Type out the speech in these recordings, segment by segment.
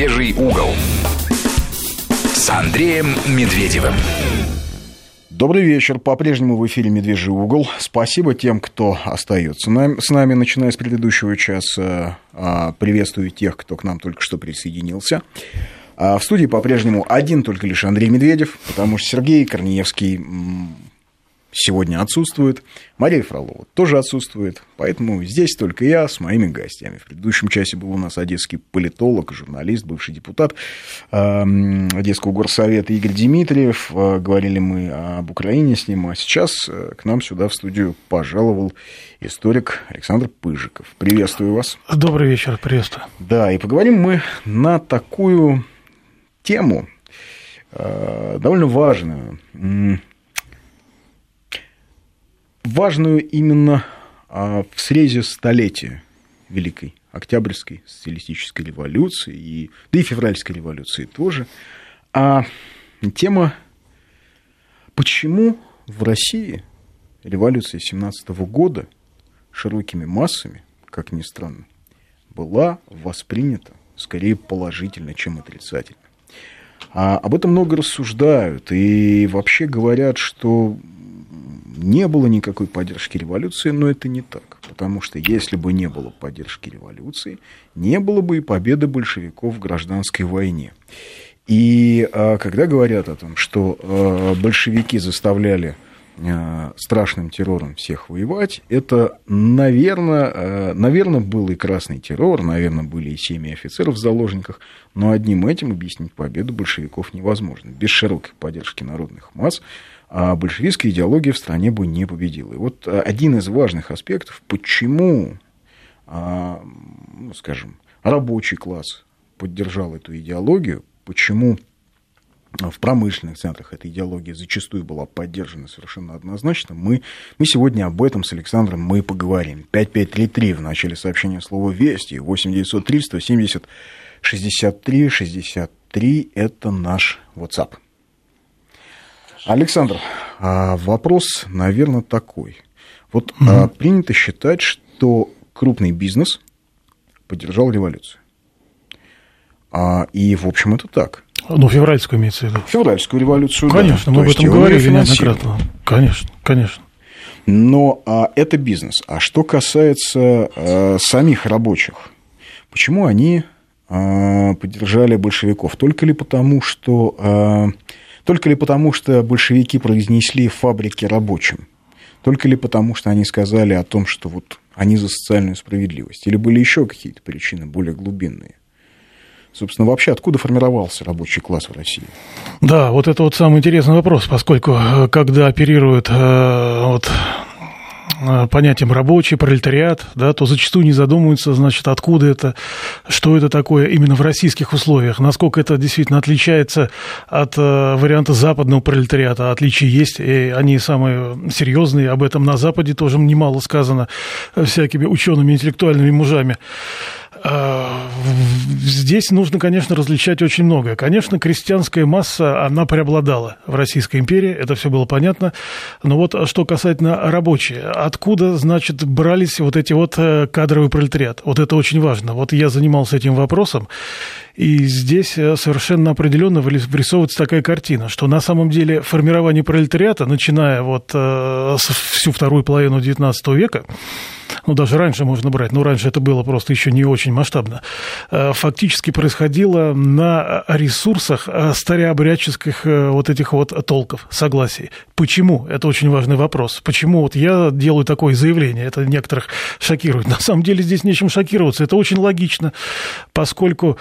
«Медвежий угол» с Андреем Медведевым. Добрый вечер. По-прежнему в эфире «Медвежий угол». Спасибо тем, кто остается с нами, начиная с предыдущего часа. Приветствую тех, кто к нам только что присоединился. В студии по-прежнему один только лишь Андрей Медведев, потому что Сергей Корнеевский сегодня отсутствует. Мария Фролова тоже отсутствует. Поэтому здесь только я с моими гостями. В предыдущем часе был у нас одесский политолог, журналист, бывший депутат Одесского горсовета Игорь Дмитриев. Говорили мы об Украине с ним. А сейчас к нам сюда в студию пожаловал историк Александр Пыжиков. Приветствую вас. Добрый вечер, приветствую. Да, и поговорим мы на такую тему, довольно важную. Важную именно в срезе столетия Великой Октябрьской социалистической революции, да и Февральской революции тоже. А тема, почему в России революция 17 года широкими массами, как ни странно, была воспринята скорее положительно, чем отрицательно. Об этом много рассуждают и вообще говорят, что не было никакой поддержки революции, но это не так. Потому что если бы не было поддержки революции, не было бы и победы большевиков в гражданской войне. И когда говорят о том, что большевики заставляли страшным террором всех воевать, это, наверное, был и красный террор, наверное, были и семьи офицеров в заложниках, но одним этим объяснить победу большевиков невозможно. Без широкой поддержки народных масс большевистская идеология в стране бы не победила. И вот один из важных аспектов, почему, скажем, рабочий класс поддержал эту идеологию, почему в промышленных центрах эта идеология зачастую была поддержана совершенно однозначно, мы сегодня об этом с Александром мы поговорим. 5533 в начале сообщения слово «Вести», 8903 170 63 63 это наш WhatsApp. Александр, вопрос, наверное, такой. Вот принято считать, что крупный бизнес поддержал революцию. И, в общем, это так. Ну, февральскую имеется в виду. Февральскую революцию, конечно, да. Мы об этом говорили неоднократно. Конечно. Но это бизнес. А что касается самих рабочих, почему они поддержали большевиков? Только ли потому, что большевики произнесли фабрики рабочим? Только ли потому, что они сказали о том, что вот они за социальную справедливость? Или были еще какие-то причины более глубинные? Собственно, вообще, откуда формировался рабочий класс в России? Да, вот это вот самый интересный вопрос, поскольку когда оперируют понятием рабочий, пролетариат, да, то зачастую не задумываются, значит, откуда это, что это такое именно в российских условиях, насколько это действительно отличается от варианта западного пролетариата. Отличия есть, и они самые серьезные, об этом на Западе тоже немало сказано всякими учеными, интеллектуальными мужами. Здесь нужно, конечно, различать очень многое. Конечно, крестьянская масса, она преобладала в Российской империи, это все было понятно. Но вот что касательно рабочие, откуда, значит, брались вот эти вот кадровый пролетариат? Вот это очень важно. Вот я занимался этим вопросом, и здесь совершенно определенно вырисовывается такая картина, что на самом деле формирование пролетариата, начиная вот всю вторую половину XIX века, ну, даже раньше можно брать, но раньше это было просто еще не очень масштабно, фактически происходило на ресурсах старообрядческих вот этих вот толков, согласий. Почему? Это очень важный вопрос. Почему вот я делаю такое заявление? Это некоторых шокирует. На самом деле здесь нечем шокироваться. Это очень логично, поскольку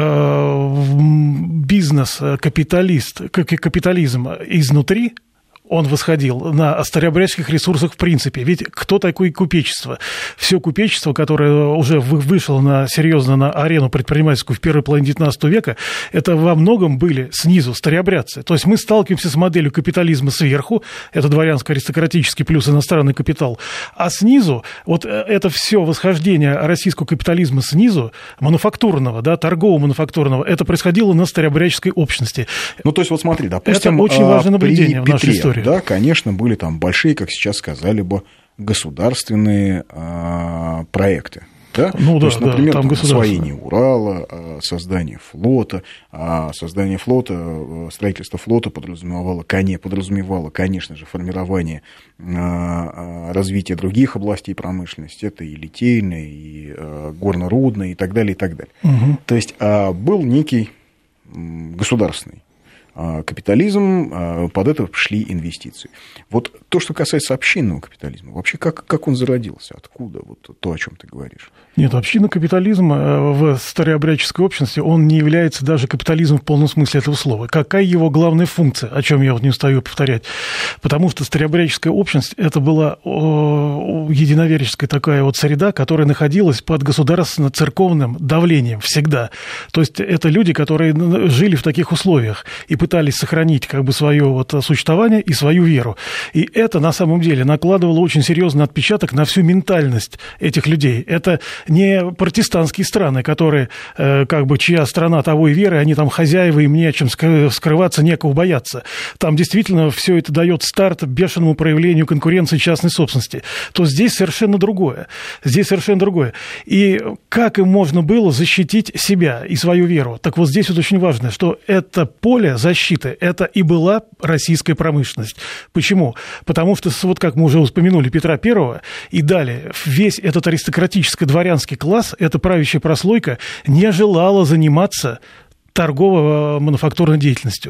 бизнес, капитализм изнутри, он восходил на старообрядческих ресурсах в принципе. Ведь кто такое купечество? Все купечество, которое уже вышло серьезно на арену предпринимательскую в первой половине XIX века, это во многом были снизу старообрядцы. То есть мы сталкиваемся с моделью капитализма сверху, это дворянско-аристократический плюс иностранный капитал, а снизу, вот это все восхождение российского капитализма снизу, мануфактурного, да, торгово-мануфактурного, это происходило на старообрядческой общности. Ну, то есть, вот смотри, допустим, это очень важное наблюдение в нашей истории. Да, конечно, были там большие, как сейчас сказали бы, государственные проекты. Да? Ну, то есть, например, там освоение Урала, создание флота. Создание флота, строительство флота подразумевало, конечно же, формирование, развитие других областей промышленности. Это и литейная, и горно-рудная, и так далее, и так далее. Угу. То есть был некий государственный капитализм, под это шли инвестиции. Вот то, что касается общинного капитализма, вообще как он зародился, откуда вот то, о чем ты говоришь? Нет, общинный капитализм в старообрядческой общности, он не является даже капитализмом в полном смысле этого слова. Какая его главная функция, о чем я вот не устаю повторять? Потому что старообрядческая общность, это была единоверческая такая вот среда, которая находилась под государственно-церковным давлением всегда. То есть это люди, которые жили в таких условиях и пытались сохранить как бы свое вот существование и свою веру. И это на самом деле накладывало очень серьезный отпечаток на всю ментальность этих людей. Это не протестантские страны, которые, как бы, чья страна того и веры, они там хозяева, им не о чем скрываться, некого бояться. Там действительно все это дает старт бешеному проявлению конкуренции частной собственности. То здесь совершенно другое. И как им можно было защитить себя и свою веру? Так вот здесь вот очень важно, что это поле защиты, это и была российская промышленность. Почему? Потому что, вот как мы уже упомянули, Петра I и далее, весь этот аристократический дворянский класс, эта правящая прослойка, не желала заниматься торгово-мануфактурной деятельностью.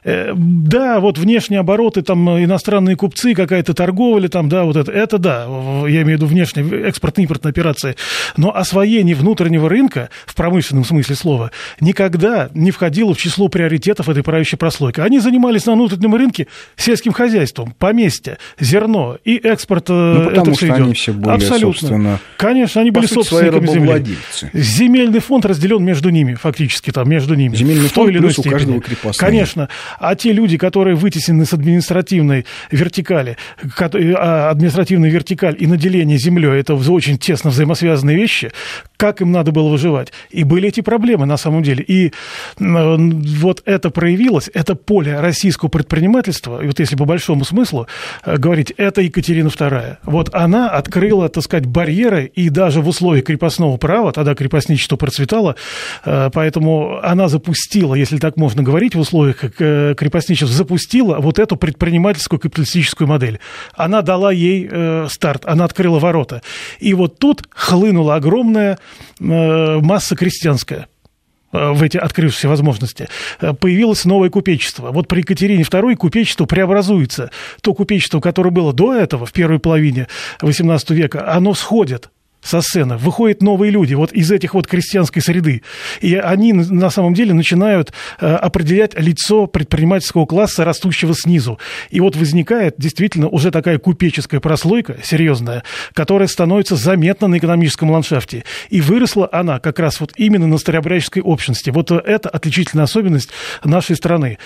Да, вот внешние обороты, там иностранные купцы, какая-то торговля, там, да, вот это да, я имею в виду внешние экспортно-импортные операции, но освоение внутреннего рынка, в промышленном смысле слова, никогда не входило в число приоритетов этой правящей прослойки. Они занимались на внутреннем рынке сельским хозяйством, поместья, зерно и экспорт. Ну, потому что они все были, собственно... Конечно, они были собственниками земли. Земельный фонд разделен между ними, фактически, там, между ними. Земельный фонд плюс у каждого крепостного. Конечно. А те люди, которые вытеснены с административной вертикали, административная вертикаль и наделение землей, это очень тесно взаимосвязанные вещи, как им надо было выживать? И были эти проблемы на самом деле. И вот это проявилось, это поле российского предпринимательства, и вот если по большому смыслу говорить, это Екатерина II. Вот она открыла, так сказать, барьеры, и даже в условиях крепостного права, тогда крепостничество процветало, поэтому она запустила, если так можно говорить, в условиях крепостничества, запустила вот эту предпринимательскую капиталистическую модель. Она дала ей старт, она открыла ворота. И вот тут хлынула огромная масса крестьянская в эти открывшиеся возможности. Появилось новое купечество. Вот при Екатерине II купечество преобразуется. То купечество, которое было до этого, в первой половине XVIII века, оно сходит со сцены, выходят новые люди вот из этих вот крестьянской среды. И они на самом деле начинают определять лицо предпринимательского класса, растущего снизу. И вот возникает действительно уже такая купеческая прослойка, серьезная, которая становится заметна на экономическом ландшафте. И выросла она как раз вот именно на старообрядческой общности. Вот это отличительная особенность нашей страны.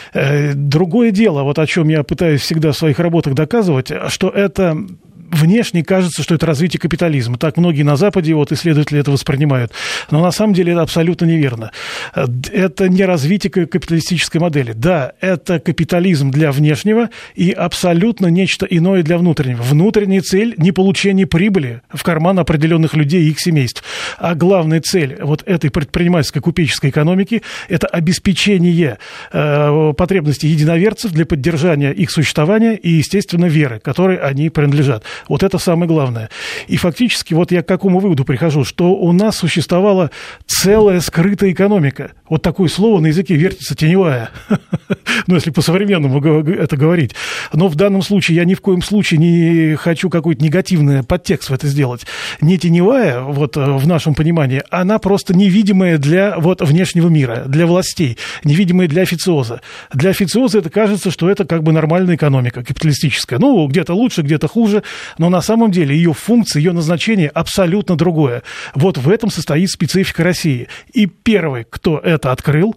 Другое дело, вот о чем я пытаюсь всегда в своих работах доказывать, что это... Внешне кажется, что это развитие капитализма. Так многие на Западе вот исследователи это воспринимают. Но на самом деле это абсолютно неверно. Это не развитие капиталистической модели. Да, это капитализм для внешнего и абсолютно нечто иное для внутреннего. Внутренняя цель – не получение прибыли в карман определенных людей и их семейств. А главная цель вот этой предпринимательской купеческой экономики – это обеспечение потребностей единоверцев для поддержания их существования и, естественно, веры, которой они принадлежат. Вот это самое главное. И фактически вот я к какому выводу прихожу, что у нас существовала целая скрытая экономика. Вот такое слово на языке вертится, теневая. Ну, если по-современному это говорить. Но в данном случае я ни в коем случае не хочу какой-то негативный подтекст в это сделать. Не теневая, вот в нашем понимании, она просто невидимая для вот внешнего мира, для властей, невидимая для официоза. Для официоза это кажется, что это как бы нормальная экономика, капиталистическая. Ну, где-то лучше, где-то хуже. Но на самом деле ее функция, ее назначение абсолютно другое. Вот в этом состоит специфика России. И первый, кто это открыл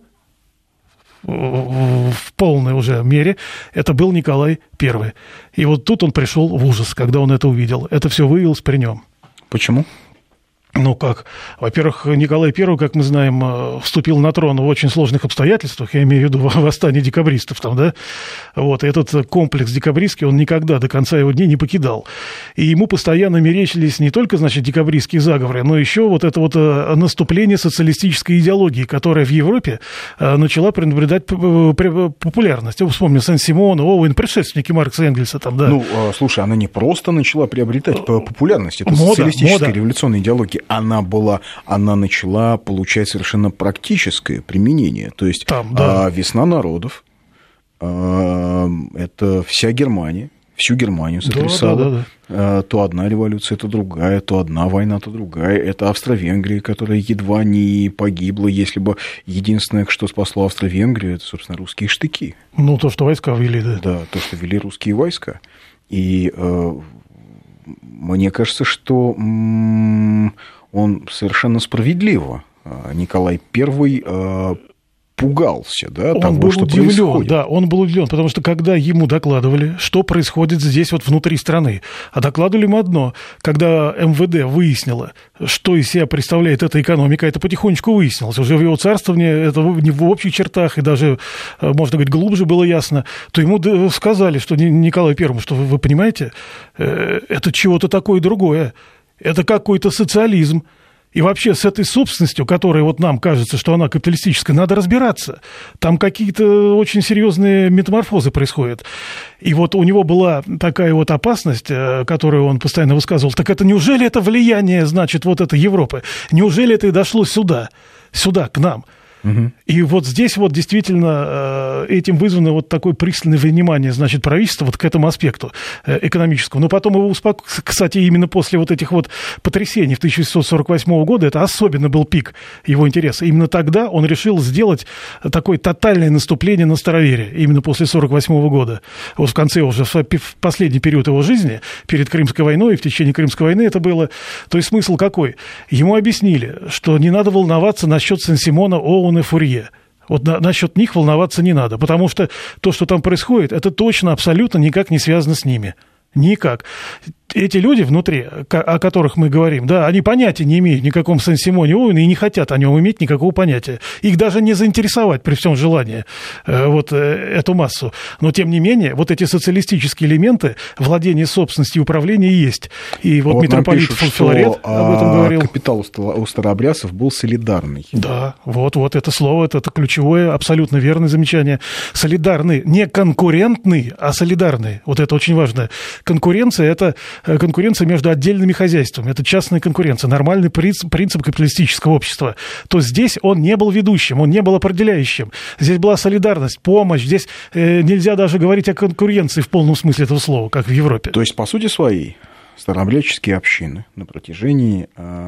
в полной уже мере, это был Николай I. И вот тут он пришел в ужас, когда он это увидел. Это все выявилось при нем. Почему? Ну как? Во-первых, Николай I, как мы знаем, вступил на трон в очень сложных обстоятельствах, я имею в виду восстание декабристов там, да? Вот, и этот комплекс декабристский, он никогда до конца его дней не покидал. И ему постоянно мерещились не только, значит, декабристские заговоры, но еще вот это вот наступление социалистической идеологии, которая в Европе начала приобретать популярность. Я вспомню Сен-Симон, Оуэн, предшественники Маркса и Энгельса там, да. Ну, слушай, она не просто начала приобретать популярность, это социалистическая революционная идеология. Она начала получать совершенно практическое применение. То есть там, да. Весна народов, это вся Германия, всю Германию сотрясала. Да. То одна революция, то другая, то одна война, то другая. Это Австро-Венгрия, которая едва не погибла, если бы единственное, что спасло Австро-Венгрию, это, собственно, русские штыки. Ну, то, что войска вели, да. Да, то, что вели русские войска. И мне кажется, что он совершенно справедливо, Николай I, пугался, да, того, что происходит. Да, он был удивлен, потому что когда ему докладывали, что происходит здесь вот внутри страны, а докладывали ему одно, когда МВД выяснило, что из себя представляет эта экономика, это потихонечку выяснилось, уже в его царствовании, это не в общих чертах, и даже, можно говорить, глубже было ясно, то ему сказали, что Николаю I, что вы понимаете, это чего-то такое другое, это какой-то социализм. И вообще с этой собственностью, которая вот нам кажется, что она капиталистическая, надо разбираться. Там какие-то очень серьезные метаморфозы происходят. И вот у него была такая вот опасность, которую он постоянно высказывал. Так это неужели это влияние, значит, вот этой Европы? Неужели это и дошло сюда, к нам? Угу. И вот здесь вот действительно этим вызвано вот такое пристальное внимание, значит, правительства вот к этому аспекту экономическому. Но потом его кстати, именно после вот этих вот потрясений в 1848 года, это особенно был пик его интереса. Именно тогда он решил сделать такое тотальное наступление на староверие, именно после 1848 года. Вот в конце уже, в последний период его жизни, перед Крымской войной и в течение Крымской войны это было. То есть смысл какой? Ему объяснили, что не надо волноваться насчет Сен-Симона, Оуэна и Фурье. Вот насчет них волноваться не надо, потому что то, что там происходит, это точно абсолютно никак не связано с ними. Никак. Эти люди внутри, о которых мы говорим, да, они понятия не имеют ни о каком Сен-Симоне Оуэне и не хотят о нем иметь никакого понятия. Их даже не заинтересовать при всем желании вот эту массу. Но, тем не менее, вот эти социалистические элементы владения собственностью и управления есть. И вот митрополит Филарет об этом говорил. Капитал у старообрядцев был солидарный. Да, вот это слово, это ключевое, абсолютно верное замечание. Солидарный, не конкурентный, а солидарный. Вот это очень важно. Конкуренция – это конкуренция между отдельными хозяйствами. Это частная конкуренция, нормальный принцип капиталистического общества. То здесь он не был ведущим, он не был определяющим. Здесь была солидарность, помощь. Здесь нельзя даже говорить о конкуренции в полном смысле этого слова, как в Европе. То есть, по сути своей, старообрядческие общины на протяжении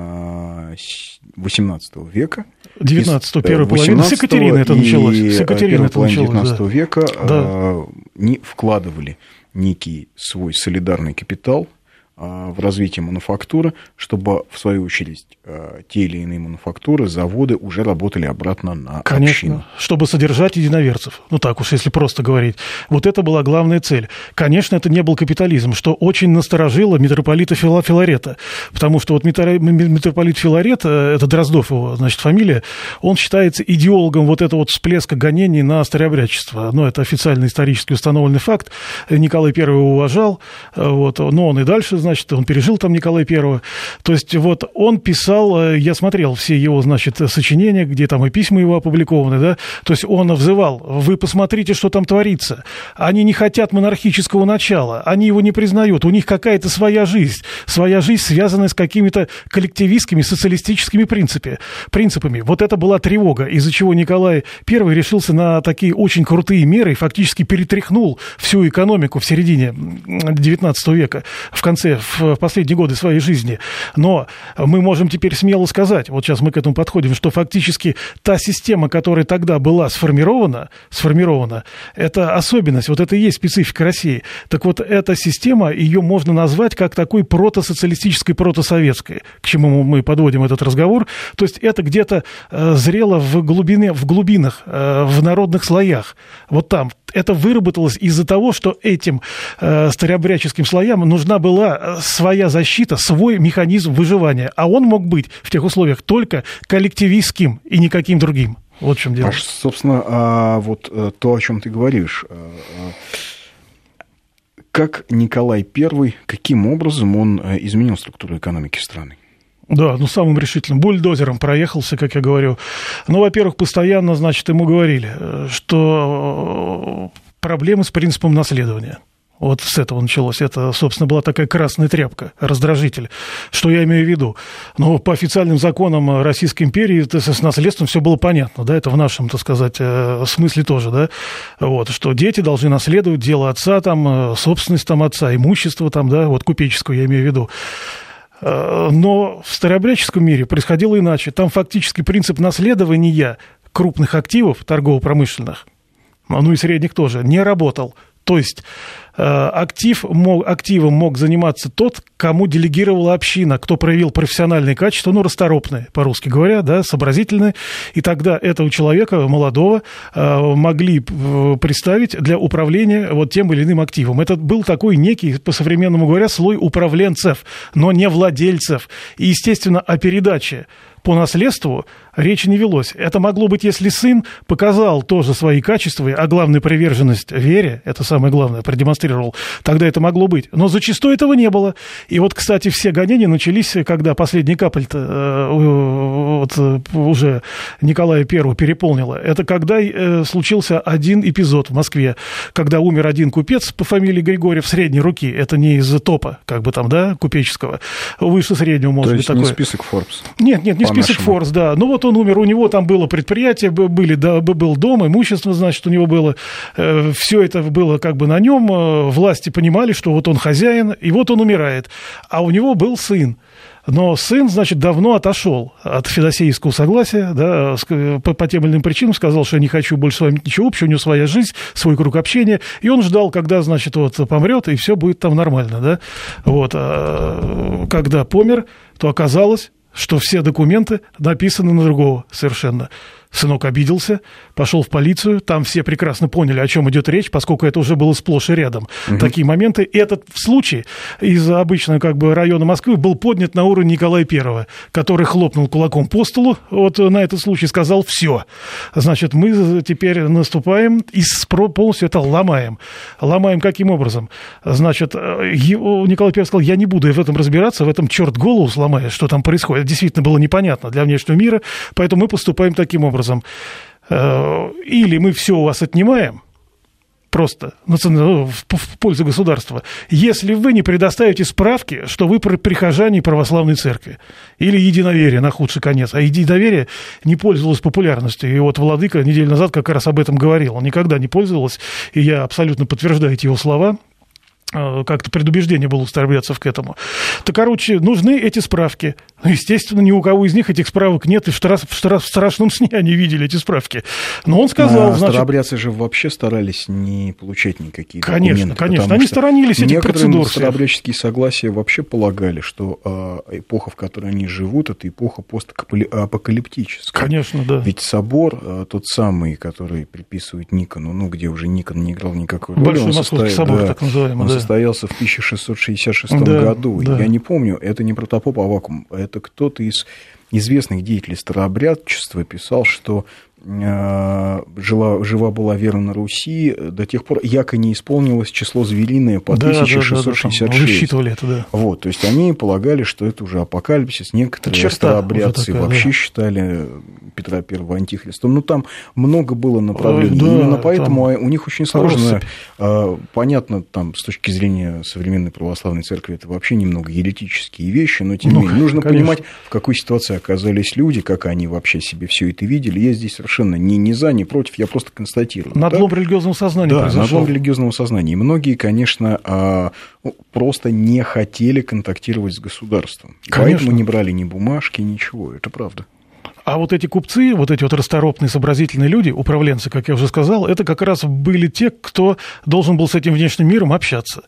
XVIII века, 19-го, первой половины, с Екатерины это началось. С Екатерины это началось, 19 века не вкладывали некий свой солидарный капитал в развитие мануфактуры, чтобы, в свою очередь, те или иные мануфактуры, заводы уже работали обратно на Конечно, общину. Чтобы содержать единоверцев. Ну так уж, если просто говорить. Вот это была главная цель. Конечно, это не был капитализм, что очень насторожило митрополита Филарета. Потому что вот митрополит Филарет, это Дроздов его, значит, фамилия, он считается идеологом вот этого вот всплеска гонений на старообрядчество. Ну, это официально исторически установленный факт. Николай I его уважал, вот, но он и дальше, значит, он пережил там Николая I. То есть вот он писал, я смотрел все его, значит, сочинения, где там и письма его опубликованы, да, то есть он взывал: вы посмотрите, что там творится. Они не хотят монархического начала, они его не признают, у них какая-то своя жизнь, связанная с какими-то коллективистскими, социалистическими принципами. Вот это была тревога, из-за чего Николай I решился на такие очень крутые меры и фактически перетряхнул всю экономику в середине XIX века, в последние годы своей жизни. Но мы можем теперь смело сказать, вот сейчас мы к этому подходим, что фактически та система, которая тогда была сформирована, это особенность, вот это и есть специфика России. Так вот, эта система, ее можно назвать как такой протосоциалистической, протосоветской, к чему мы подводим этот разговор. То есть это где-то зрело в глубинах, в народных слоях. Вот там. это выработалось из-за того, что этим старообрядческим слоям нужна была своя защита, свой механизм выживания. А он мог быть в тех условиях только коллективистским и никаким другим. Вот в чем дело. Собственно, вот то, о чем ты говоришь. Как Николай I, каким образом он изменил структуру экономики страны? Да, самым решительным бульдозером проехался, как я говорю. Во-первых, постоянно, ему говорили, что проблемы с принципом наследования. Вот с этого началось. Это, собственно, была такая красная тряпка, раздражитель. Что я имею в виду? По официальным законам Российской империи с наследством все было понятно, да, это в нашем, так сказать, смысле тоже, да, вот, что дети должны наследовать дело отца, собственность отца, имущество, да, вот купеческое я имею в виду. Но в старообрядческом мире происходило иначе. Там фактически принцип наследования крупных активов торгово-промышленных, и средних тоже, не работал. То есть активом мог заниматься тот, кому делегировала община, кто проявил профессиональные качества, расторопные, по-русски говоря, да, сообразительные, и тогда этого человека, молодого, могли представить для управления тем или иным активом. Это был такой некий, по-современному говоря, слой управленцев, но не владельцев. И, естественно, о передаче по наследству речи не велось. Это могло быть, если сын показал тоже свои качества, а главное, приверженность вере, это самое главное, продемонстрировал, тогда это могло быть. Но зачастую этого не было. И кстати, все гонения начались, когда последняя капля уже Николая I переполнила. Это когда случился один эпизод в Москве, когда умер один купец по фамилии Григорьев средней руки. Это не из топа, купеческого, выше среднего, может быть, такое. То есть не список Forbes? Нет, не список Forbes, да. Он умер, у него там было предприятие, был дом, имущество, у него было. Все это было на нем. Власти понимали, что он хозяин, и он умирает. А у него был сын. Но сын, давно отошел от федосеевского согласия, да, по тем или иным причинам, сказал, что я не хочу больше с вами ничего общего, у него своя жизнь, свой круг общения, и он ждал, когда, помрет, и все будет там нормально, да. А когда помер, то оказалось, что все документы написаны на другого совершенно. Сынок обиделся, пошел в полицию, там все прекрасно поняли, о чем идет речь, поскольку это уже было сплошь и рядом. Такие моменты. И этот случай из обычного района Москвы был поднят на уровень Николая I, который хлопнул кулаком по столу, на этот случай сказал: все. Мы теперь наступаем и полностью это ломаем. Ломаем каким образом? Николай I сказал: я не буду в этом разбираться, в этом черт голову сломает, что там происходит. Это действительно было непонятно для внешнего мира, поэтому мы поступаем таким образом. Или мы все у вас отнимаем, просто в пользу государства, если вы не предоставите справки, что вы прихожане православной церкви, или единоверие на худший конец. А единоверие не пользовалось популярностью. И владыка неделю назад как раз об этом говорил. Он никогда не пользовался, и я абсолютно подтверждаю эти его слова. Как-то предубеждение было у старообрядцев к этому. Нужны эти справки. Естественно, ни у кого из них этих справок нет, и в страшном сне они видели эти справки. Но он сказал... Старообрядцы же вообще старались не получать никакие документы. Конечно, они сторонились этих процедур. Некоторые старообрядческие согласия вообще полагали, что эпоха, в которой они живут, это эпоха постапокалиптическая. Конечно, да. Ведь собор, тот самый, который приписывают Никону, где уже Никон не играл никакой роли. Большой Московский собор, так называемый, да. Состоялся в 1666 году. Да. Я не помню, это не протопоп Аввакум, это кто-то из известных деятелей старообрядчества писал, что жива была вера на Руси до тех пор, яко не исполнилось число звериное по 1666. Да. Высчитывали это, да. То есть они полагали, что это уже апокалипсис. Некоторые старообрядцы вообще считали Петра I антихристом. Там много было направлений. Именно поэтому у них очень сложно. Понятно, с точки зрения современной православной церкви, это вообще немного еретические вещи, но тем не менее нужно понимать, в какой ситуации оказались люди, как они вообще себе все это видели. Я здесь совершенно ни за, ни против, я просто констатирую. Надлом религиозного сознания произошел. Да, надлом религиозного сознания. И многие, конечно, просто не хотели контактировать с государством. Поэтому не брали ни бумажки, ничего. Это правда. А эти купцы, эти расторопные, сообразительные люди, управленцы, как я уже сказал, это как раз были те, кто должен был с этим внешним миром общаться.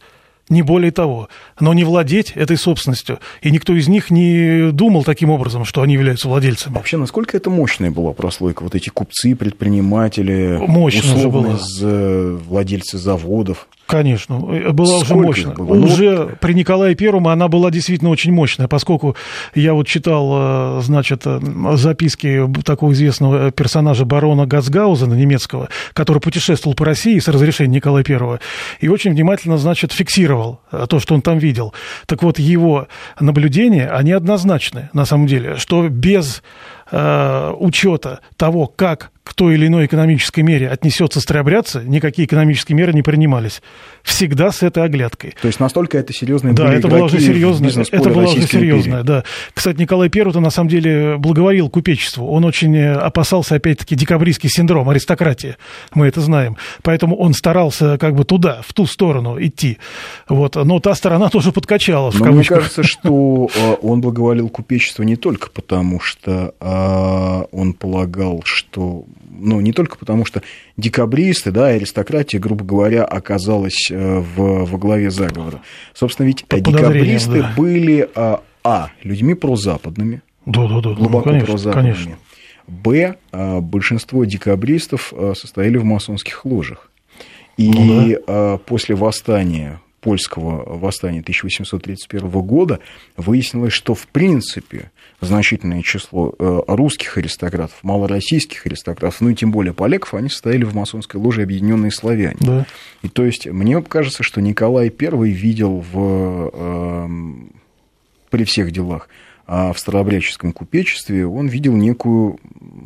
не более того, но не владеть этой собственностью. И никто из них не думал таким образом, что они являются владельцами. Вообще, насколько это мощная была прослойка? Вот эти купцы, предприниматели, мощно условные владельцы заводов. Конечно, была Сколько уже мощная. было? Уже при Николае Первом она была действительно очень мощная, поскольку я вот читал, значит, записки такого известного персонажа барона Гацгаузена немецкого, который путешествовал по России с разрешения Николая Первого, и очень внимательно, значит, фиксировал то, что он там видел. Так вот, его наблюдения, они однозначны, на самом деле, что без учета того, как к той или иной экономической мере отнесется старообрядцы, никакие экономические меры не принимались. Всегда с этой оглядкой. То есть настолько это серьезные да, были это было уже серьезно. Это было уже серьезно, да. Кстати, Николай I на самом деле благоволил купечеству. Он очень опасался, опять-таки, декабристский синдром аристократии. Мы это знаем. Поэтому он старался как бы туда, в ту сторону идти. Вот. Но та сторона тоже подкачала, в кавычках. Мне кажется, что он благоволил купечеству не только потому, что он полагал, что... Ну, не только потому, что декабристы, да, аристократия, грубо говоря, оказалась во главе заговора. Собственно, ведь декабристы были, людьми прозападными, глубоко прозападными. Б, большинство декабристов состояли в масонских ложах. И после восстания, польского восстания 1831 года, выяснилось, что, в принципе, значительное число русских аристократов, малороссийских аристократов, ну и тем более поляков, они состояли в масонской ложе «Объединенные славяне». Да. И то есть мне кажется, что Николай I видел при всех делах в старообрядческом купечестве, он видел некую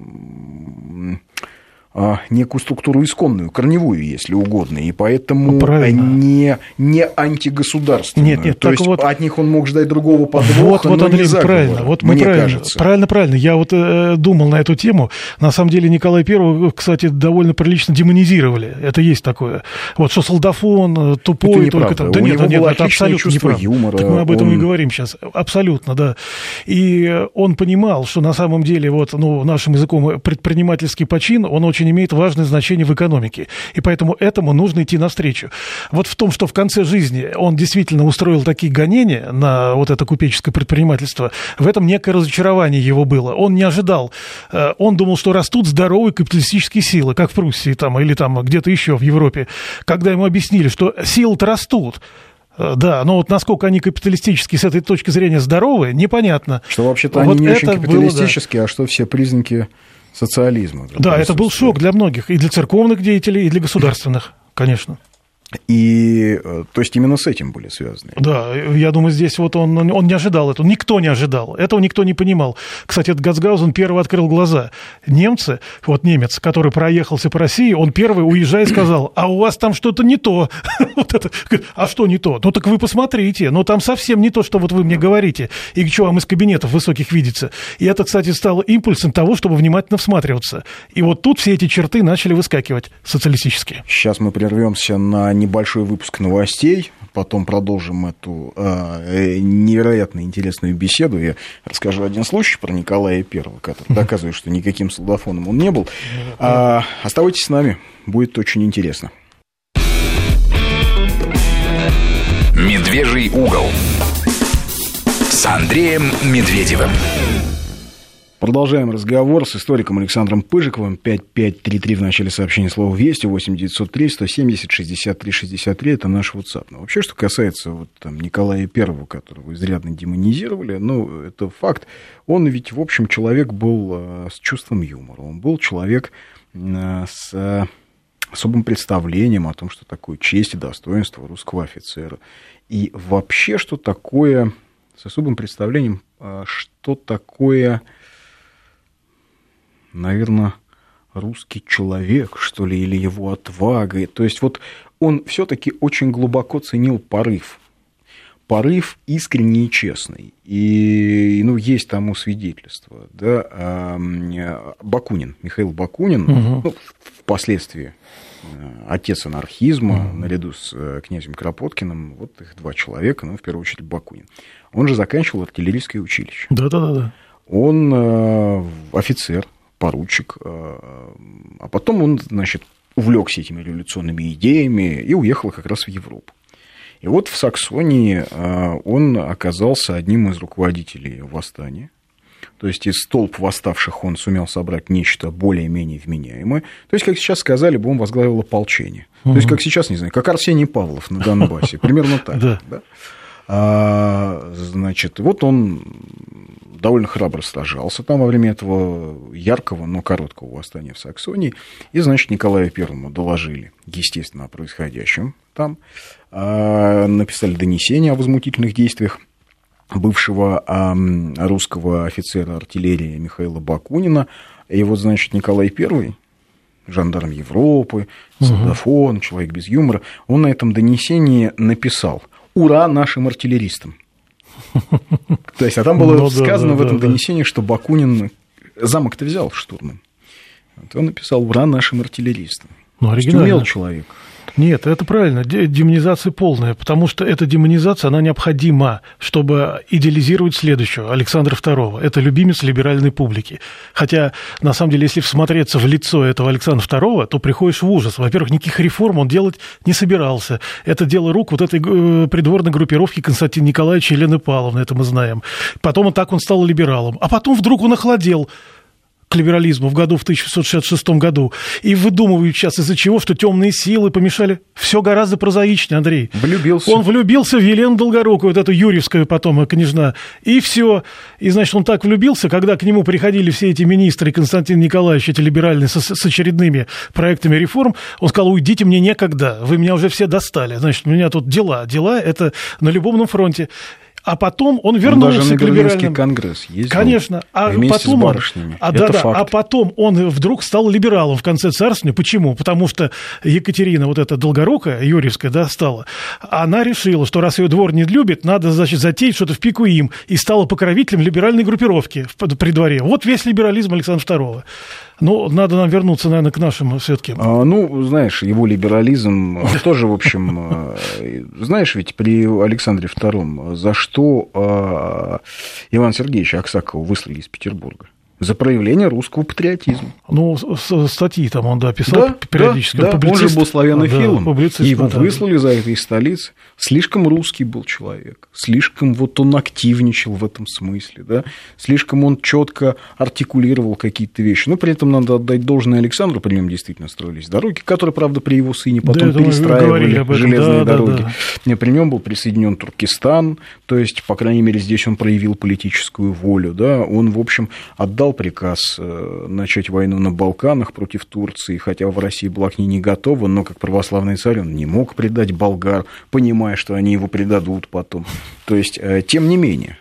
структуру исконную, корневую, если угодно, и поэтому не антигосударственную. Нет, то есть вот, от них он мог ждать другого подвоха, но Андрей, не заговора, мне кажется. Правильно. Я вот думал на эту тему. На самом деле Николая I, кстати, довольно прилично демонизировали. Это есть такое. Вот что солдафон, тупой, это только там. Да нет, это абсолютно чувство юмора. Так мы об этом и говорим сейчас. Абсолютно, да. И он понимал, что на самом деле, вот, нашим языком предпринимательский почин, он очень имеет важное значение в экономике. И поэтому этому нужно идти навстречу. Вот в том, что в конце жизни он действительно устроил такие гонения на вот это купеческое предпринимательство, в этом некое разочарование его было. Он не ожидал. Он думал, что растут здоровые капиталистические силы, как в Пруссии там, или там где-то еще в Европе. Когда ему объяснили, что силы-то растут, да, но вот насколько они капиталистически с этой точки зрения здоровы, непонятно. Что вообще-то они не очень капиталистические, а что все признаки социализма. Да, это был шок для многих, и для церковных деятелей, и для государственных, конечно. И, то есть, именно с этим были связаны. Да, я думаю, здесь вот он не ожидал этого, никто не ожидал, этого никто не понимал. Кстати, этот Гацгаузен первый открыл глаза. Немцы, вот немец, который проехался по России, он первый, уезжая, сказал: а у вас там что-то не то. Вот это. А что не то? Ну, так вы посмотрите, там совсем не то, что вот вы мне говорите, и что вам из кабинетов высоких видится. И это, кстати, стало импульсом того, чтобы внимательно всматриваться. И вот тут все эти черты начали выскакивать социалистические. Сейчас мы прервемся на небольшой выпуск новостей, потом продолжим эту невероятно интересную беседу. Я расскажу один случай про Николая I, который доказывает, что никаким солдафоном он не был. Оставайтесь с нами, будет очень интересно. «Медвежий угол» с Андреем Медведевым. Продолжаем разговор с историком Александром Пыжиковым. 5533 в начале сообщения слова «Вести», 8-903-170-63-63 – это наш WhatsApp. Но вообще, что касается Николая I, которого изрядно демонизировали, это факт. Он ведь, в общем, человек был с чувством юмора. Он был человек с особым представлением о том, что такое честь и достоинство русского офицера. И вообще, что такое, с особым представлением, что такое... наверное, русский человек, что ли, или его отвага. То есть вот он все-таки очень глубоко ценил порыв. Порыв искренний и честный. И, есть тому свидетельство. Да? Бакунин, Михаил Бакунин, впоследствии отец анархизма, наряду с князем Кропоткиным, вот их два человека, в первую очередь Бакунин. Он же заканчивал артиллерийское училище. Да. Он офицер, поручик, а потом он, увлекся этими революционными идеями и уехал как раз в Европу. И вот в Саксонии он оказался одним из руководителей восстания. То есть из толп восставших он сумел собрать нечто более-менее вменяемое. То есть, как сейчас сказали бы, он возглавил ополчение. То есть, как сейчас, не знаю, как Арсений Павлов на Донбассе. Примерно так. Значит, вот он довольно храбро сражался там во время этого яркого, но короткого восстания в Саксонии. И, значит, Николаю Первому доложили, естественно, о происходящем там. Написали донесение о возмутительных действиях бывшего русского офицера артиллерии Михаила Бакунина. И вот, значит, Николай I, жандарм Европы, солдафон, человек без юмора, он на этом донесении написал: «Ура нашим артиллеристам!» То есть, а там было сказано в этом донесении, что Бакунин замок-то взял штурмом. Он написал: «Ура нашим артиллеристам». Умел человек. Нет, это правильно, демонизация полная, потому что эта демонизация, она необходима, чтобы идеализировать следующего, Александра II. Это любимец либеральной публики. Хотя, на самом деле, если всмотреться в лицо этого Александра II, то приходишь в ужас. Во-первых, никаких реформ он делать не собирался. Это дело рук вот этой придворной группировки Константина Николаевича и Елены Павловны, это мы знаем. Потом он стал либералом. А потом вдруг он охладел к либерализму в 1966 году. И выдумывают сейчас из-за чего, что темные силы помешали. Все гораздо прозаичнее, Андрей. Влюбился. Он влюбился в Елену Долгорукую, вот эту Юрьевскую потом княжна. И все. И, значит, он так влюбился, когда к нему приходили все эти министры, Константин Николаевич, эти либеральные, с очередными проектами реформ, он сказал: уйдите, мне некогда, вы меня уже все достали. Значит, у меня тут дела это на любовном фронте. А потом он вернулся даже на к либеральным. Берлинский конгресс ездил. Конечно. Вместе с барышнями. А потом он вдруг стал либералом в конце царствования. Почему? Потому что Екатерина, вот эта Долгорукая, Юрьевская, стала, она решила, что раз ее двор не любит, надо, значит, затеять что-то в пику им, и стала покровителем либеральной группировки при дворе. Вот весь либерализм Александра II. Ну, надо нам вернуться, наверное, к нашим все-таки. Знаешь, его либерализм тоже, в общем, знаешь, ведь при Александре II за что Ивана Сергеевича Аксакова выслали из Петербурга? За проявление русского патриотизма. Статьи там он, писал периодически. Да, он же был славянофилом, и его выслали за это из столицы. Слишком русский был человек, слишком он активничал в этом смысле, да? Слишком он четко артикулировал какие-то вещи. Но при этом надо отдать должное Александру, при нем действительно строились дороги, которые, правда, при его сыне потом перестраивали железные дороги. При нем был присоединен Туркестан, то есть, по крайней мере, здесь он проявил политическую волю, да? Он, в общем, отдал приказ начать войну на Балканах против Турции, хотя в России была к ней не готова, но как православный царь он не мог предать болгар, понимая, что они его предадут потом. То есть, тем не менее,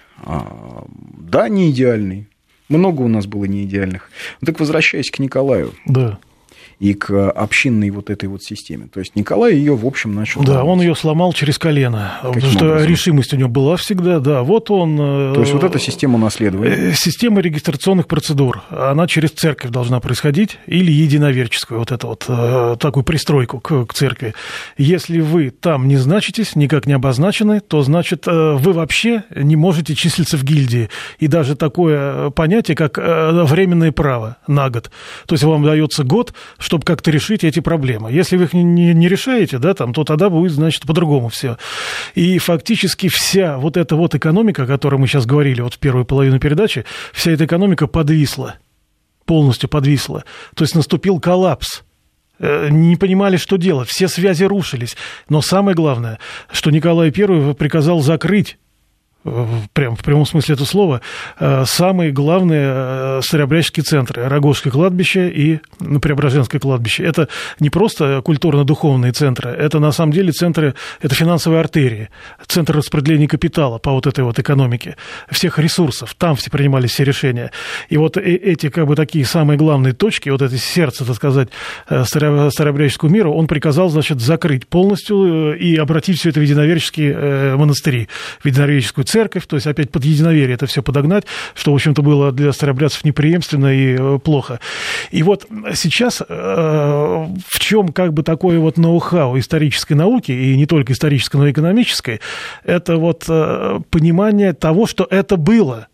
да, не идеальный, много у нас было не идеальных. Так возвращаясь к Николаю. Да. И к общинной вот этой вот системе. То есть Николай ее, в общем, начал... Да, он ее сломал через колено, потому что решимость у него была всегда, да. Вот он... То есть вот эта система наследования. Система регистрационных процедур, она через церковь должна происходить, или единоверческую, вот эту вот такую пристройку к церкви. Если вы там не значитесь, никак не обозначены, то, значит, вы вообще не можете числиться в гильдии. И даже такое понятие, как временное право на год. То есть вам дается год, чтобы как-то решить эти проблемы. Если вы их не решаете, да, то тогда будет, значит, по-другому все. И фактически вся вот эта вот экономика, о которой мы сейчас говорили вот в первую половину передачи, вся эта экономика подвисла, полностью подвисла. То есть наступил коллапс. Не понимали, что делать, все связи рушились. Но самое главное, что Николай I приказал закрыть, прям в прямом смысле этого слова, самые главные старообрядческие центры. Рогожское кладбище и Преображенское кладбище. Это не просто культурно-духовные центры, это на самом деле центры, это финансовые артерии, центр распределения капитала по вот этой вот экономике, всех ресурсов. Там все принимались все решения. И вот эти как бы такие самые главные точки, вот это сердце, так сказать, старообрядческого мира, он приказал, значит, закрыть полностью и обратить все это в единоверческие монастыри, в единоверческую церковь, то есть опять под единоверие это все подогнать, что, в общем-то, было для старообрядцев неприемственно и плохо. И вот сейчас в чем как бы такое вот ноу-хау исторической науки, и не только исторической, но и экономической, это вот понимание того, что это было.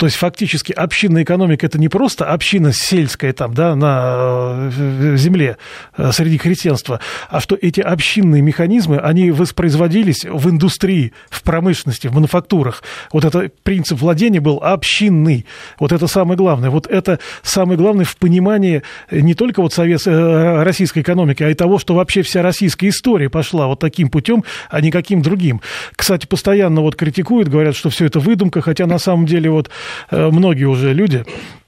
То есть фактически общинная экономика – это не просто община сельская там, да, на земле среди крестьянства, а что эти общинные механизмы, они воспроизводились в индустрии, в промышленности, в мануфактурах. Вот это принцип владения был общинный. Вот это самое главное. Вот это самое главное в понимании не только вот российской экономики, а и того, что вообще вся российская история пошла вот таким путем, а не каким другим. Кстати, постоянно вот критикуют, говорят, что все это выдумка, хотя на самом деле вот многие уже люди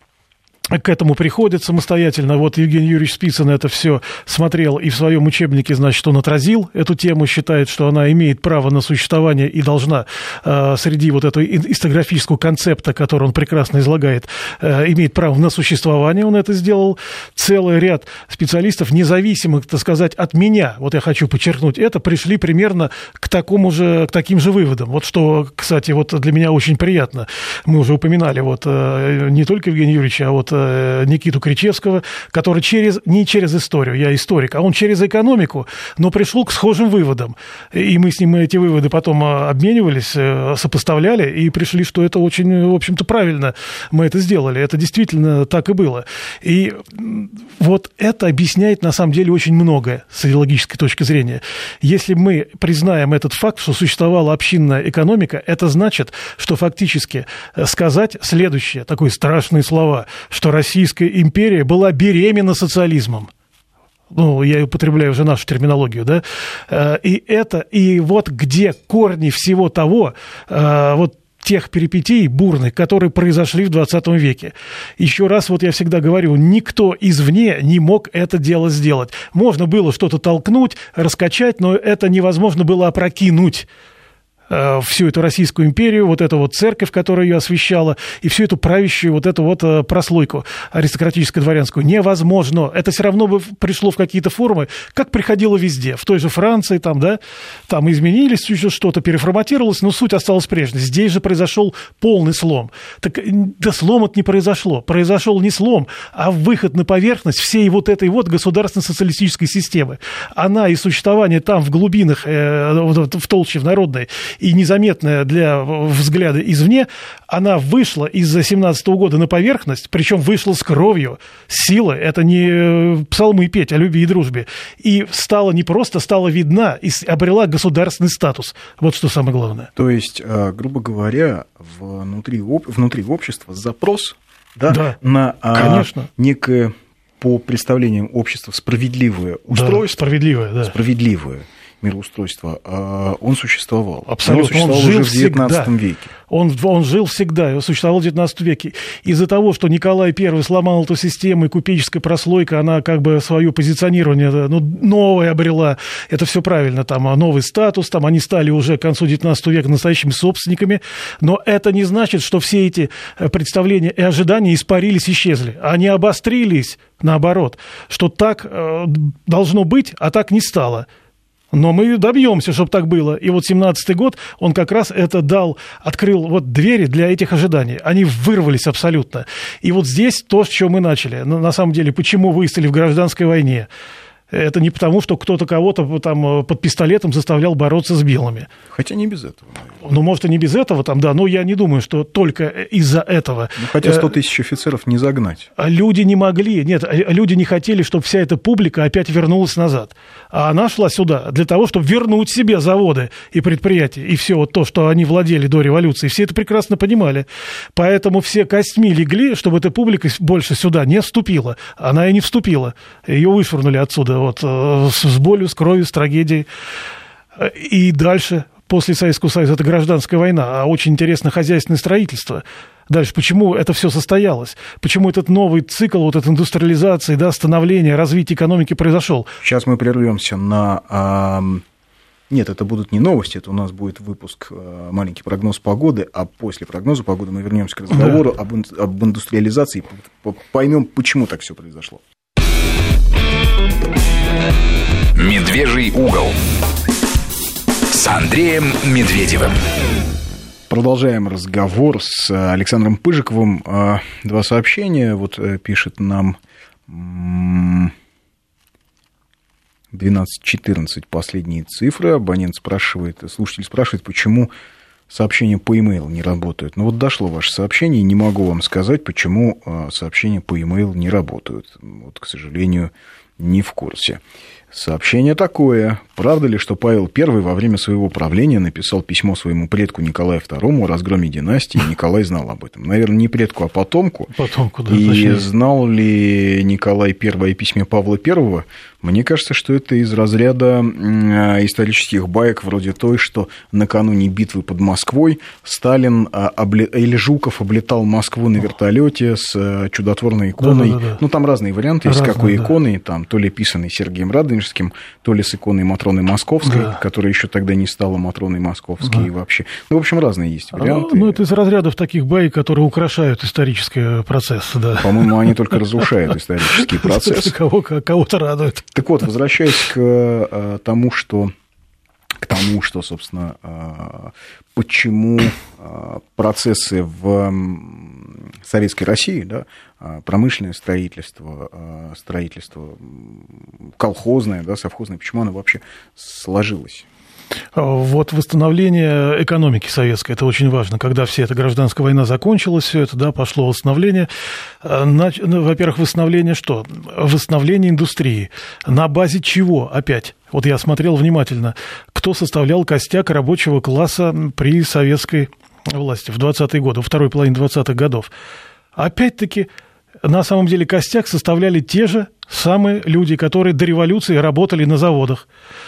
к этому приходят самостоятельно. Вот Евгений Юрьевич Спицын это все смотрел и в своем учебнике, значит, он отразил эту тему, считает, что она имеет право на существование и должна среди вот этого историографического концепта, который он прекрасно излагает, имеет право на существование. Он это сделал. Целый ряд специалистов, независимых, так сказать, от меня, вот я хочу подчеркнуть это, пришли примерно к таким же выводам. Вот что, кстати, вот для меня очень приятно. Мы уже упоминали вот не только Евгения Юрьевича, а вот Никиту Кричевского, который не через историю, я историк, а он через экономику, но пришел к схожим выводам. И мы с ним эти выводы потом обменивались, сопоставляли и пришли, что это очень, в общем-то, правильно мы это сделали. Это действительно так и было. И вот это объясняет, на самом деле, очень многое с идеологической точки зрения. Если мы признаем этот факт, что существовала общинная экономика, это значит, что фактически сказать следующее, такие страшные слова, что Российская империя была беременна социализмом. Ну, я употребляю уже нашу терминологию, да. И вот где корни всего того, вот тех перипетий бурных, которые произошли в 20 веке. Еще раз, вот я всегда говорю, никто извне не мог это дело сделать. Можно было что-то толкнуть, раскачать, но это невозможно было опрокинуть. Всю эту Российскую империю, вот эту вот церковь, которая ее освящала, и всю эту правящую вот эту вот прослойку аристократическо-дворянскую. Невозможно. Это все равно бы пришло в какие-то формы, как приходило везде. В той же Франции, там, да, там изменились, еще что-то переформатировалось, но суть осталась прежней. Здесь же произошел полный слом. Так, да слом это не произошло. Произошел не слом, а выход на поверхность всей вот этой вот государственно-социалистической системы. Она и существование там в глубинах, в толще, в народной, и незаметная для взгляда извне, она вышла из-за 17-го года на поверхность, причем вышла с кровью, с силой. Это не псалмы петь о любви и дружбе. И стала не просто, стала видна и обрела государственный статус. Вот что самое главное. То есть, грубо говоря, внутри общества запрос, да, на некое, по представлениям общества, справедливое устройство. Да, справедливое мироустройство, он существовал. Абсолютно. Он существовал уже в XIX веке. Он жил всегда, он существовал в XIX веке. Из-за того, что Николай I сломал эту систему, и купеческая прослойка, она как бы свое позиционирование новое обрела. Это все правильно. Там новый статус, там они стали уже к концу XIX века настоящими собственниками. Но это не значит, что все эти представления и ожидания испарились, исчезли. Они обострились, наоборот, что так должно быть, а так не стало. Но мы добьемся, чтобы так было. И вот 17-й год, он как раз это открыл вот двери для этих ожиданий. Они вырвались абсолютно. И вот здесь то, с чего мы начали. На самом деле, почему выстояли в гражданской войне? Это не потому, что кто-то кого-то там под пистолетом заставлял бороться с белыми. Хотя не без этого, наверное. Ну, может, и не без этого, там, да, но я не думаю, что только из-за этого. Ну, хотя 100 тысяч офицеров не загнать. Люди не могли, нет, люди не хотели, чтобы вся эта публика опять вернулась назад. А она шла сюда для того, чтобы вернуть себе заводы и предприятия, и все вот то, что они владели до революции. Все это прекрасно понимали. Поэтому все костьми легли, чтобы эта публика больше сюда не вступила. Она и не вступила. Ее вышвырнули отсюда вот, с болью, с кровью, с трагедией. И дальше, после Советского Союза, это гражданская война, а очень интересно хозяйственное строительство. Дальше, почему это все состоялось? Почему этот новый цикл, вот этой индустриализации, да, становления, развития экономики произошел? Сейчас мы прервемся на... Нет, это будут не новости, это у нас будет выпуск «Маленький прогноз погоды», а после прогноза погоды мы вернемся к разговору об индустриализации и поймем, почему так все произошло. «Медвежий угол» с Андреем Медведевым. Продолжаем разговор с Александром Пыжиковым. Два сообщения. Вот пишет нам 12:14 последние цифры. Абонент спрашивает, слушатель спрашивает, почему сообщения по e-mail не работают. Но вот дошло ваше сообщение, и не могу вам сказать, почему сообщения по e-mail не работают. Вот, к сожалению, не в курсе. Сообщение такое. Правда ли, что Павел I во время своего правления написал письмо своему предку Николаю II о разгроме династии, и Николай знал об этом? Наверное, не предку, а потомку. Потомку, да. И точнее. знал ли Николай I о письме Павла I? Мне кажется, что это из разряда исторических баек, вроде той, что накануне битвы под Москвой Сталин или Жуков облетал Москву на вертолете с чудотворной иконой. Да. Ну, там разные варианты есть, какой иконой, там, то ли писанной Сергеем Радонежским, то ли с иконой Матроны Московской, которая еще тогда не стала Матроной Московской вообще. Ну, в общем, разные есть варианты. Ну, это из разрядов таких баек, которые украшают исторический процесс, да. По-моему, они только разрушают исторический процесс. Кого-то радует. Так вот, возвращаясь к тому, что, собственно, почему процессы в Советской России, да, промышленное строительство, колхозное, да, совхозное, почему оно вообще сложилось? Вот восстановление экономики советской, это очень важно. Когда вся эта гражданская война закончилась, все это, да, пошло восстановление. Во-первых, восстановление что? Восстановление индустрии. На базе чего опять? Вот я смотрел внимательно, кто составлял костяк рабочего класса при советской власти в 20-е годы, во второй половине 20-х годов. Опять-таки, на самом деле костяк составляли те же самые люди, которые до революции работали на заводах.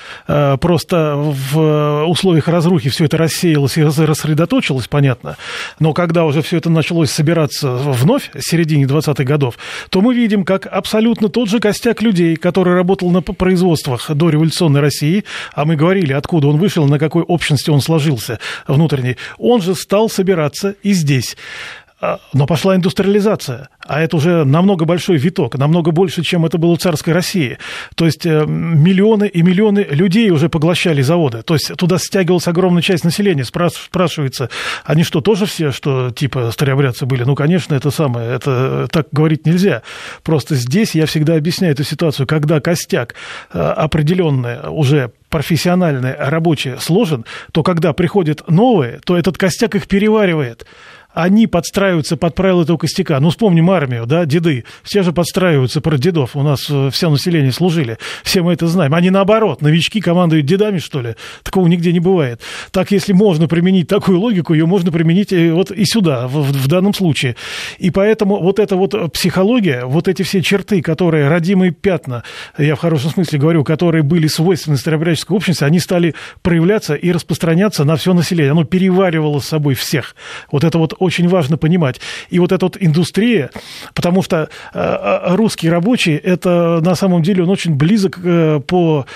Просто в условиях разрухи все это рассеялось и рассредоточилось, понятно. Но когда уже все это началось собираться вновь в середине 20-х годов, то мы видим, как абсолютно тот же костяк людей, который работал на производствах до революционной России, а мы говорили, откуда он вышел, на какой общности он сложился внутренней, он же стал собираться и здесь. Но пошла индустриализация, а это уже намного большой виток, намного больше, чем это было в царской России. То есть миллионы и миллионы людей уже поглощали заводы. То есть туда стягивалась огромная часть населения. Спрашивается, они что, тоже все, что типа старообрядцы были? Ну, конечно, это самое, это так говорить нельзя. Просто здесь я всегда объясняю эту ситуацию, когда костяк определенный уже профессиональный рабочий сложен, то когда приходят новые, то этот костяк их переваривает. Они подстраиваются под правила этого костяка. Ну, вспомним армию, да, деды. Все же подстраиваются под дедов. У нас все население служили. Все мы это знаем. Они наоборот. Новички командуют дедами, что ли? Такого нигде не бывает. Так, если можно применить такую логику, ее можно применить вот и сюда, в данном случае. И поэтому вот эта вот психология, вот эти все черты, которые родимые пятна, я в хорошем смысле говорю, которые были свойственны старообрядческой общности, они стали проявляться и распространяться на все население. Оно переваривало с собой всех. Вот это вот очень важно понимать. И вот эта вот индустрия, потому что русский рабочий, это на самом деле он очень близок по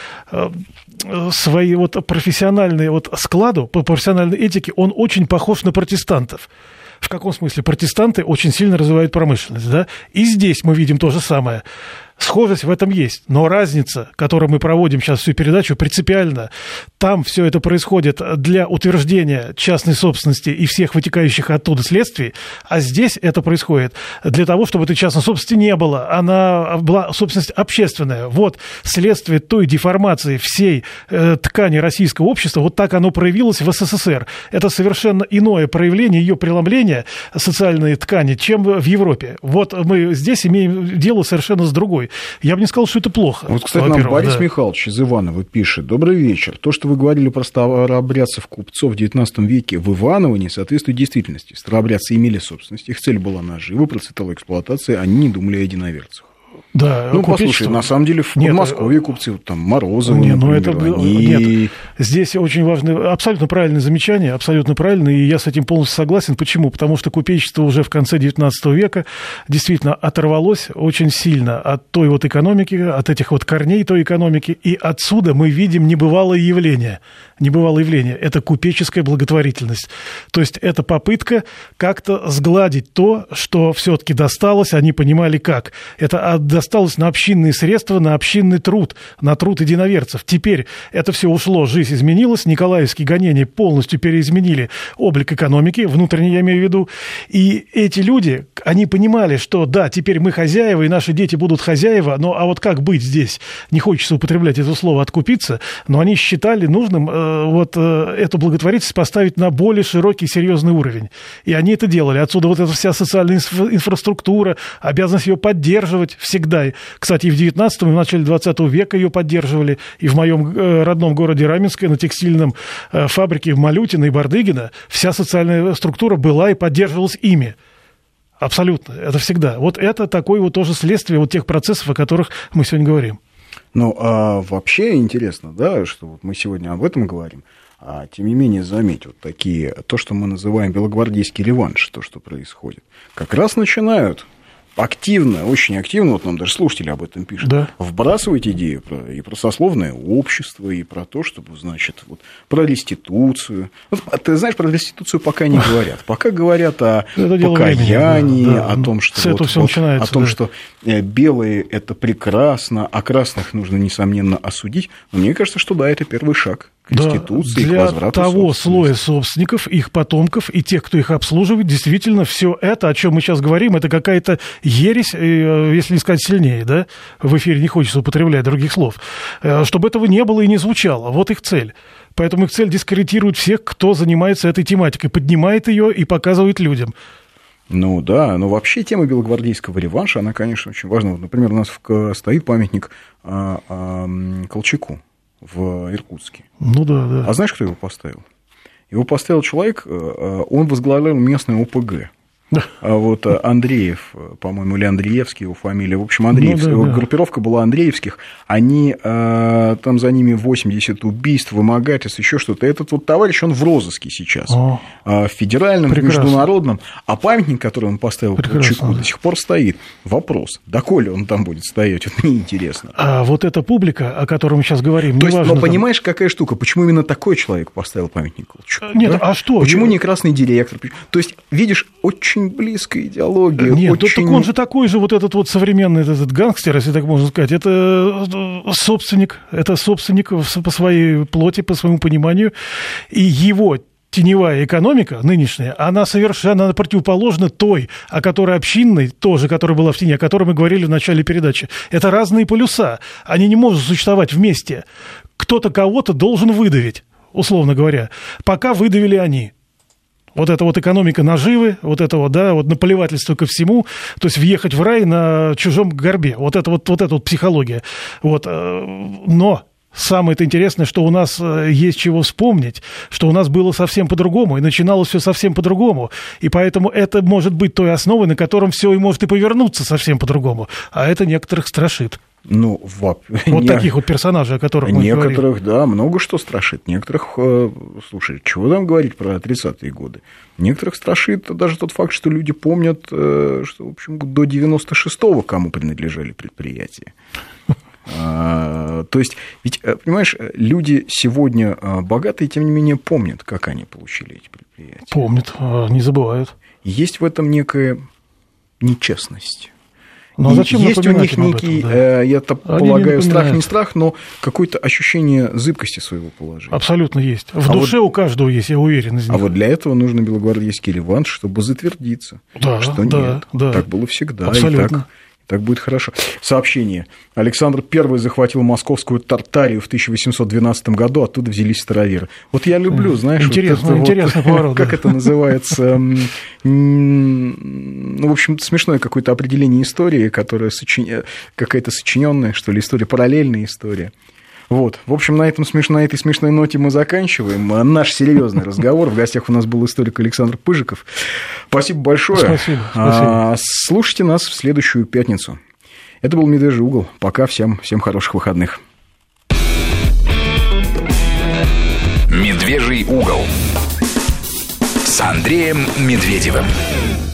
своей вот профессиональной вот складу, по профессиональной этике, он очень похож на протестантов. В каком смысле? Протестанты очень сильно развивают промышленность, да? И здесь мы видим то же самое. Схожесть в этом есть, но разница, которую мы проводим сейчас всю передачу, принципиально. Там все это происходит для утверждения частной собственности и всех вытекающих оттуда следствий, а здесь это происходит для того, чтобы этой частной собственности не было. Она была собственность общественная. Вот следствие той деформации всей ткани российского общества, вот так оно проявилось в СССР. Это совершенно иное проявление ее преломления социальной ткани, чем в Европе. Вот мы здесь имеем дело совершенно с другой. Я бы не сказал, что это плохо. Вот, кстати, нам Борис Михайлович из Иваново пишет. Добрый вечер. То, что вы говорили про старообрядцев купцов в XIX веке в Иваново, не соответствует действительности. Старообрядцы имели собственность, их цель была нажива, процветала эксплуатация, они не думали о единоверцах. Да, ну, послушай, на самом деле в Подмосковье купцы, там, Морозовы, Нет, здесь очень важное, абсолютно правильное замечание, абсолютно правильное, и я с этим полностью согласен. Почему? Потому что купечество уже в конце XIX века действительно оторвалось очень сильно от той вот экономики, от этих вот корней той экономики, и отсюда мы видим небывалое явление. Это купеческая благотворительность. То есть это попытка как-то сгладить то, что все-таки досталось, они понимали как. Это досталось на общинные средства, на общинный труд, на труд единоверцев. Теперь это все ушло, жизнь изменилась, николаевские гонения полностью переизменили облик экономики, внутренне я имею в виду, и эти люди, они понимали, что да, теперь мы хозяева, и наши дети будут хозяева, но а вот как быть здесь? Не хочется употреблять это слово «откупиться», но они считали нужным эту благотворительность поставить на более широкий, серьезный уровень. И они это делали. Отсюда вот эта вся социальная инфраструктура, обязанность ее поддерживать всегда. Кстати, и в 19 и в начале 20 века ее поддерживали. И в моем родном городе Раменское на текстильном фабрике в Малютино и Бардыгино вся социальная структура была и поддерживалась ими. Абсолютно. Это всегда. Вот это такое вот тоже следствие вот тех процессов, о которых мы сегодня говорим. Ну, а вообще интересно, да, что вот мы сегодня об этом говорим. А тем не менее, заметь, вот такие, то, что мы называем белогвардейский реванш, то, что происходит, как раз начинают активно, очень активно, вот нам даже слушатели об этом пишут, да, вбрасывать идею и про сословное общество, и про то, чтобы, значит, вот, про реституцию. Вот, ты знаешь, про реституцию пока не говорят. Пока говорят о покаянии, да, о том, что, что белые – это прекрасно, а красных нужно, несомненно, осудить. Но мне кажется, что да, это первый шаг к реституции, к возврату для того слоя собственников, их потомков и тех, кто их обслуживает, действительно, все это, о чем мы сейчас говорим, это какая-то ересь, если не сказать сильнее, да, в эфире не хочется употреблять других слов, чтобы этого не было и не звучало. Вот их цель. Поэтому их цель дискредитирует всех, кто занимается этой тематикой, поднимает ее и показывает людям. Ну да, но вообще тема белогвардейского реванша, она, конечно, очень важна. Вот, например, у нас стоит памятник Колчаку в Иркутске. Ну да, да. А знаешь, кто его поставил? Его поставил человек, он возглавлял местное ОПГ. А вот Андреев, по-моему, или Андреевский его фамилия, в общем, Андреевский, его группировка была Андреевских, они, там за ними 80 убийств, вымогательств, еще что-то. Этот вот товарищ, он в розыске сейчас, в федеральном, в международном, а памятник, который он поставил Колчаку, до сих пор стоит. Вопрос, доколе он там будет стоять, вот мне интересно. А вот эта публика, о которой мы сейчас говорим, то есть, но понимаешь, какая штука, почему именно такой человек поставил памятник Колчаку? Нет, а что? Почему не красный директор? То есть, видишь, очень близкая идеология. Нет, очень... так он же такой же, вот этот вот современный этот гангстер, если так можно сказать, это собственник по своей плоти, по своему пониманию, и его теневая экономика нынешняя, она совершенно противоположна той, о которой общинной, тоже, которая была в тени, о которой мы говорили в начале передачи. Это разные полюса, они не могут существовать вместе. Кто-то кого-то должен выдавить, условно говоря. Пока выдавили они. Вот эта вот экономика наживы, вот это вот, да, вот наплевательство ко всему, то есть въехать в рай на чужом горбе, вот эта вот психология. Вот. Но самое-то интересное, что у нас есть чего вспомнить, что у нас было совсем по-другому, и начиналось все совсем по-другому, и поэтому это может быть той основой, на котором все и может и повернуться совсем по-другому, а это некоторых страшит. Ну, вот таких вот персонажей, о которых мы говорим. Некоторых, да, много что страшит. Некоторых, слушай, чего там говорить про 30-е годы? Некоторых страшит даже тот факт, что люди помнят, что, в общем, до 96-го кому принадлежали предприятия. То есть, ведь, понимаешь, люди сегодня богатые, тем не менее, помнят, как они получили эти предприятия. Помнят, не забывают. Есть в этом некая нечестность. Но зачем есть у них некий, да? я-то полагаю, страх не страх, но какое-то ощущение зыбкости своего положения. Абсолютно есть. В душе у каждого есть, я уверен. Из них. А вот для этого нужно белогвардейский реванш, чтобы затвердиться, что нет. Так было всегда. Абсолютно. И так будет хорошо. Сообщение. Александр I захватил московскую Тартарию в 1812 году, оттуда взялись староверы. Вот я люблю, знаешь... Интересный поворот. Как это называется? Ну, в общем, смешное какое-то определение истории, которая какая-то сочиненная, что ли, история, параллельная история. Вот. В общем, на этой смешной ноте мы заканчиваем наш серьезный разговор. В гостях у нас был историк Александр Пыжиков. Спасибо большое. Спасибо. Слушайте нас в следующую пятницу. Это был «Медвежий угол». Пока. Всем хороших выходных. «Медвежий угол» с Андреем Медведевым.